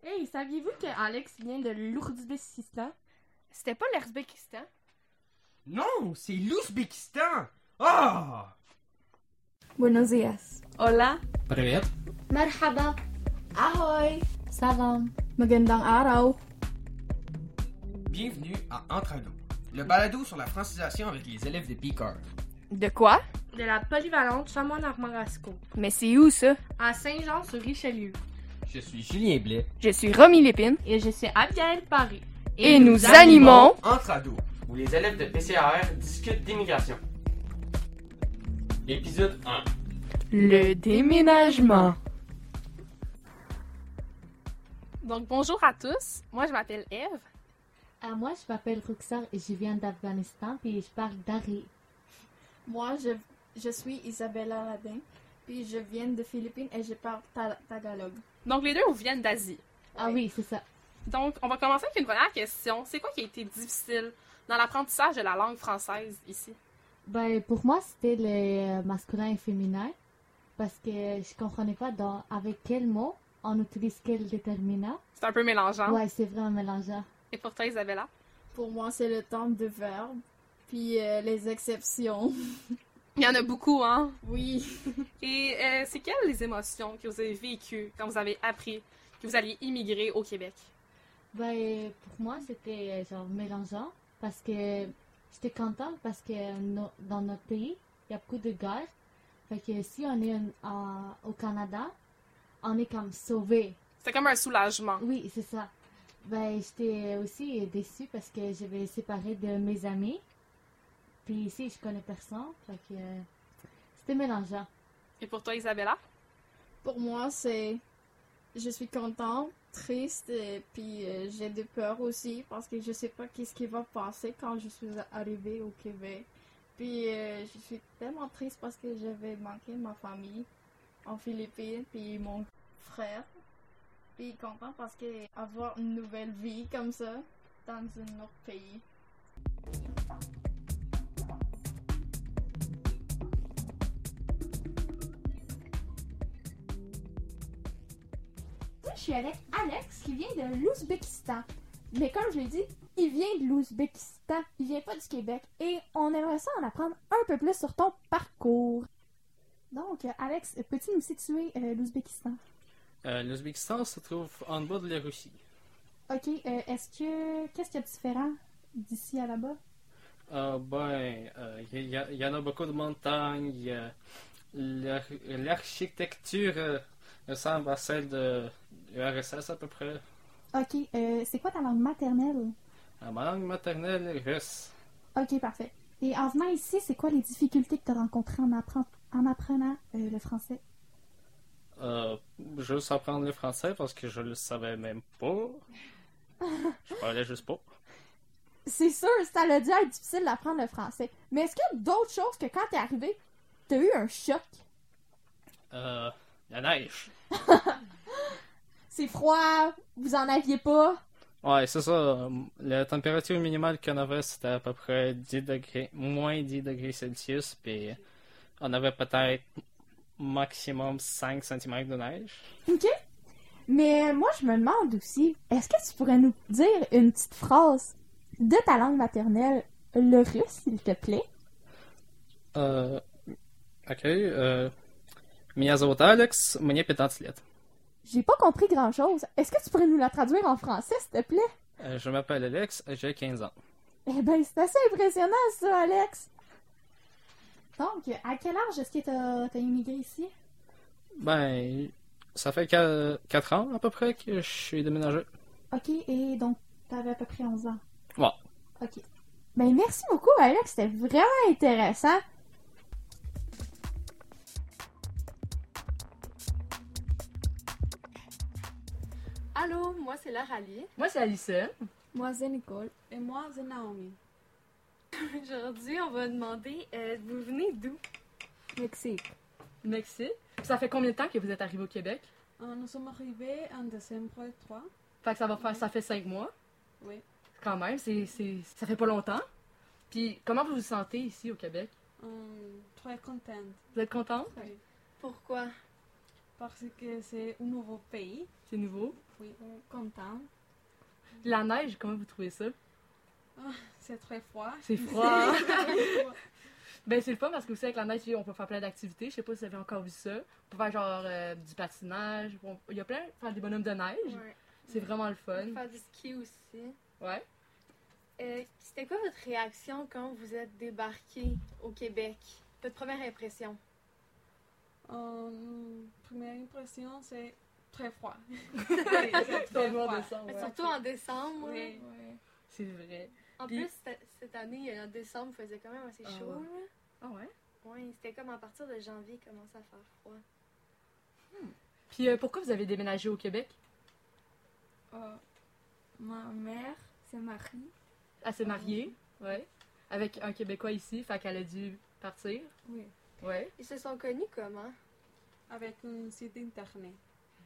Hey, saviez-vous que Alex vient de l'Ouzbékistan? C'était pas l'Ouzbékistan? Non, c'est l'Ouzbékistan! Ah! Buenos días. Hola. Привет. Marhaba. Ahoy. Salam. Magandang araw. Bienvenue à Entre ados, le balado sur la francisation avec les élèves de Picard. De quoi? De la polyvalente Chamois-Armorasco, Mais c'est où ça? à Saint-Jean-sur-Richelieu. Je suis Julien Blais. Je suis Romy Lépine. Et je suis Abigail Paré. Et nous animons Entre ados, où les élèves de PCAR discutent d'immigration. Épisode 1. le déménagement. Donc bonjour à tous, moi je m'appelle Eve. Moi, je m'appelle Ruxar et je viens d'Afghanistan, puis je parle d'Ari. Moi, je suis Isabella Ladin, puis je viens de Philippines et je parle tagalog. Donc les deux vous viennent d'Asie. Ah oui, c'est ça. Donc on va commencer avec une première question. C'est quoi qui a été difficile dans l'apprentissage de la langue française ici? Ben, pour moi, c'était le masculin et féminin, parce que je comprenais pas avec quel mot on utilise quel déterminant. C'est un peu mélangeant. Ouais, c'est vraiment mélangeant. Et pour toi Isabella? Pour moi, c'est le temps de verbe, puis les exceptions. Il y en a beaucoup, hein? Oui. Et c'est quelles les émotions que vous avez vécues quand vous avez appris que vous alliez immigrer au Québec? Ben, pour moi, c'était genre mélangeant, parce que j'étais contente parce que dans notre pays, il y a beaucoup de guerres. Fait que si on est au Canada, on est comme sauvés. C'est comme un soulagement. Oui, c'est ça. Ben, j'étais aussi déçue parce que je vais séparer de mes amis. Puis ici, je connais personne. Fait que c'était mélangeant. Et pour toi Isabella? Pour moi, c'est... Je suis contente, triste, et puis j'ai de peur aussi, parce que je sais pas qu'est-ce qui va passer quand je suis arrivée au Québec. Puis je suis tellement triste parce que j'avais manqué ma famille en Philippines, puis mon frère. Puis content parce que avoir une nouvelle vie comme ça dans un autre pays. Moi, je suis avec Alex qui vient de l'Ouzbékistan. Mais comme je l'ai dit, il vient de l'Ouzbékistan, il vient pas du Québec. Et on aimerait ça en apprendre un peu plus sur ton parcours. Donc, Alex, peux-tu nous situer l'Ouzbékistan? L'Ouzbékistan se trouve en bas de la Russie. Ok, qu'est-ce qu'il y a de différent d'ici à là-bas? Il y en a beaucoup de montagnes. L'architecture ressemble à celle de l'URSS à peu près. Ok, c'est quoi ta langue maternelle? Ma langue maternelle est russe. Ok, parfait. Et en venant ici, c'est quoi les difficultés que tu as rencontrées en apprenant le français? Juste apprendre le français parce que je le savais même pas. Je parlais juste pas. C'est sûr, ça a dû être difficile d'apprendre le français. Mais est-ce qu'il y a d'autres choses que quand t'es arrivé, t'as eu un choc? La neige. C'est froid, vous en aviez pas? Ouais, c'est ça. La température minimale qu'on avait, c'était à peu près 10 degrés, moins 10 degrés Celsius, puis on avait peut-être maximum 5 cm de neige. Ok. Mais moi, je me demande aussi, est-ce que tu pourrais nous dire une petite phrase de ta langue maternelle, le russe, s'il te plaît? Ok. Меня зовут Алекс, мне 15 лет. J'ai pas compris grand-chose. Est-ce que tu pourrais nous la traduire en français, s'il te plaît? Je m'appelle Alex, j'ai 15 ans. Eh ben, c'est assez impressionnant, ça, Alex. Donc, à quel âge est-ce que t'as immigré ici? Ben, ça fait 4 ans à peu près que je suis déménagé. Ok, et donc, t'avais à peu près 11 ans. Ouais. Ok. Ben, merci beaucoup, Alex. C'était vraiment intéressant. Allô, moi c'est Lauralie. Moi, c'est Alison. Moi, c'est Nicole. Et moi, c'est Naomi. Aujourd'hui, on va demander, vous venez d'où? Mexique. Mexique. Ça fait combien de temps que vous êtes arrivé au Québec? Nous sommes arrivés en décembre 3. Fait que ça fait 5 mois. Oui. Quand même, ça fait pas longtemps. Puis, comment vous vous sentez ici au Québec? Très contente. Vous êtes contente? Oui. Pourquoi? parce que c'est un nouveau pays. C'est nouveau. Oui. Content. La neige, comment vous trouvez ça? C'est très froid. C'est froid. Ben, c'est le fun parce que aussi avec la neige, on peut faire plein d'activités. Je sais pas si vous avez encore vu ça. On peut faire genre du patinage. Il y a plein, faire des bonhommes de neige. Ouais. C'est vraiment le fun. Faire du ski aussi. Ouais. C'était quoi votre réaction quand vous êtes débarqué au Québec? Votre première impression? Première impression, c'est très froid. Surtout en décembre. Mais Ouais. surtout en décembre. Oui. C'est vrai. En Puis- plus, cette année, en décembre, il faisait quand même assez chaud. ouais. Là. Ah ouais? Ouais, c'était comme à partir de janvier, il commençait à faire froid. Puis pourquoi vous avez déménagé au Québec? Ma mère, c'est Marie. Elle s'est mariée, ouais. Avec un Québécois ici, fait qu'elle a dû partir. Oui. Ouais. Ils se sont connus comment? Avec un site internet.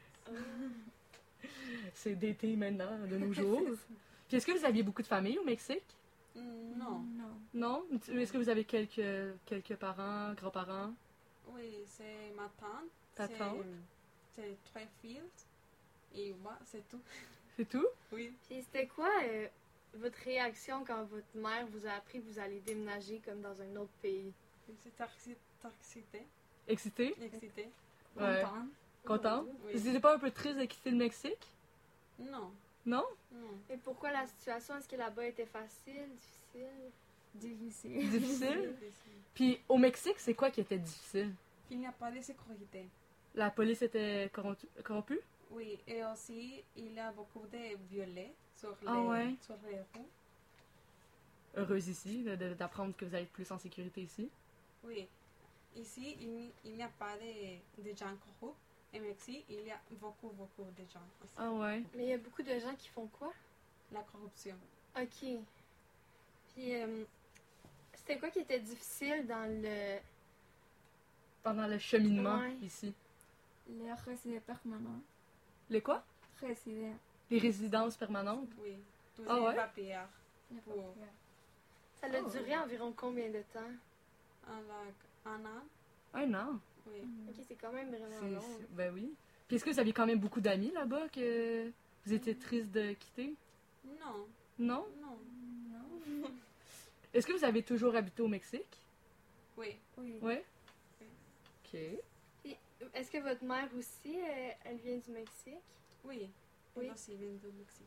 C'est d'été maintenant, de nos jours. Puis est-ce que vous aviez beaucoup de famille au Mexique? Non. Non? Est-ce que vous avez quelques parents, grands-parents? Oui, c'est ma tante. Ta tante? C'est très filles. Et moi, c'est tout. C'est tout? Oui. Puis c'était quoi votre réaction quand votre mère vous a appris que vous allez déménager comme dans un autre pays? C'est excité. Excité? Excité. Ouais. Content? Oui. C'était pas un peu triste de quitter le Mexique? Non. Non? Non. Et pourquoi la situation? Est-ce que là-bas était facile, difficile? Difficile? Puis au Mexique, c'est quoi qui était difficile? Il n'y a pas de sécurité. La police était corrompue? Oui, et aussi, il y a beaucoup de violets sur les, ouais? sur les rues. Heureuse ici, d'apprendre que vous allez être plus en sécurité ici. Oui. Ici, il n'y a pas de gens corrupts. Au Mexique, il y a beaucoup de gens aussi. Ah ouais? Mais il y a beaucoup de gens qui font quoi? La corruption. Ok. Puis, c'était quoi qui était difficile dans le... Pendant le cheminement Ouais. ici. Les résidents permanents. Les quoi? Résidents. Les résidences permanentes? Oui. Tous Ah les ouais? papiers pour Ça a duré environ combien de temps? un an. Un an? Oui. Ok, c'est quand même vraiment long. Ben oui. Puis est-ce que vous aviez quand même beaucoup d'amis là-bas que vous étiez triste de quitter? Non. Non? Non. Est-ce que vous avez toujours habité au Mexique? Oui. Ouais? Ok. Puis, est-ce que votre mère aussi, elle vient du Mexique? Oui. Oui. Elle aussi vient du Mexique.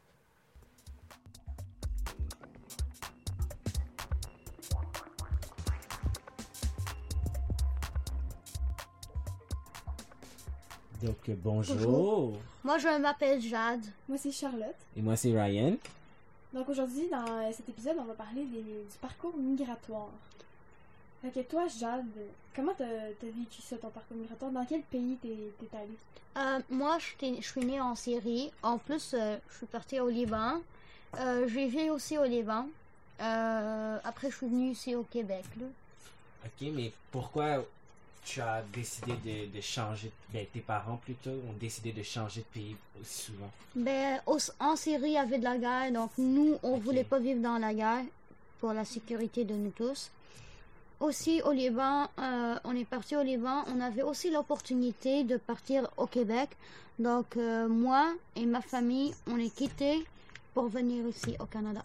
Donc, bonjour. Moi, je m'appelle Jade. Moi, c'est Charlotte. Et moi, c'est Ryan. Donc aujourd'hui, dans cet épisode, on va parler du parcours migratoire. Fait que toi, Jade, comment t'as vécu ça, ton parcours migratoire? Dans quel pays t'es allée? Moi, je suis née en Syrie. En plus, je suis partie au Liban. J'ai vécu aussi au Liban. Après, je suis venue ici au Québec. Là. Ok, mais pourquoi tu as décidé de changer, tes parents plutôt ont décidé de changer de pays aussi souvent? Ben, en Syrie, il y avait de la guerre. Donc, nous, on Ok. voulait pas vivre dans la guerre pour la sécurité de nous tous. Aussi, au Liban, on est parti au Liban. On avait aussi l'opportunité de partir au Québec. Donc, moi et ma famille, on est quittés pour venir ici au Canada.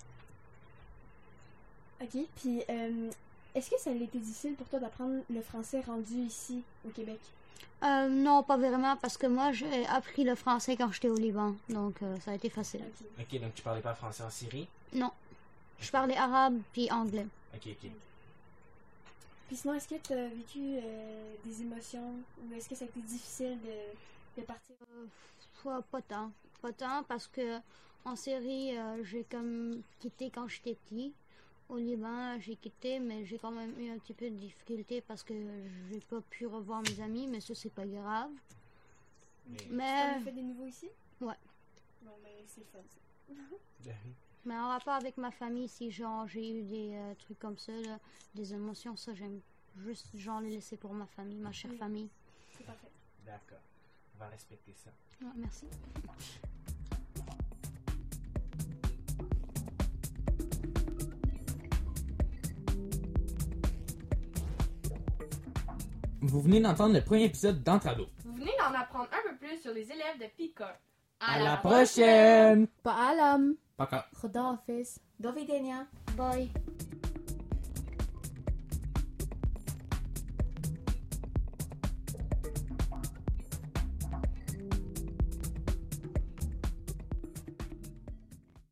Ok, puis est-ce que ça a été difficile pour toi d'apprendre le français rendu ici, au Québec? Non, pas vraiment, parce que moi, j'ai appris le français quand j'étais au Liban. Donc, ça a été facile. Ok, donc tu parlais pas français en Syrie? Non. Je parlais arabe puis anglais. Ok. Puis sinon, est-ce que tu as vécu des émotions ou est-ce que ça a été difficile de partir? Pas tant. Pas tant parce que en Syrie, j'ai comme quitté quand j'étais petit. Au Liban, j'ai quitté, mais j'ai quand même eu un petit peu de difficulté parce que j'ai pas pu revoir mes amis, mais ça, c'est pas grave. Tu as fait des nouveaux ici? Ouais. Bon, ben, c'est fun, ça. Mais en rapport avec ma famille, si genre j'ai eu des trucs comme ça, là, des émotions, ça j'aime juste genre les laisser pour ma famille, ma chère famille. C'est parfait. D'accord. On va respecter ça. Ouais, merci. Vous venez d'entendre le premier épisode d'Entre ados. Vous venez d'en apprendre un sur les élèves de Pika. À la prochaine! Paalam. Paka. Khuda Hafiz. Dovidenia. Bye.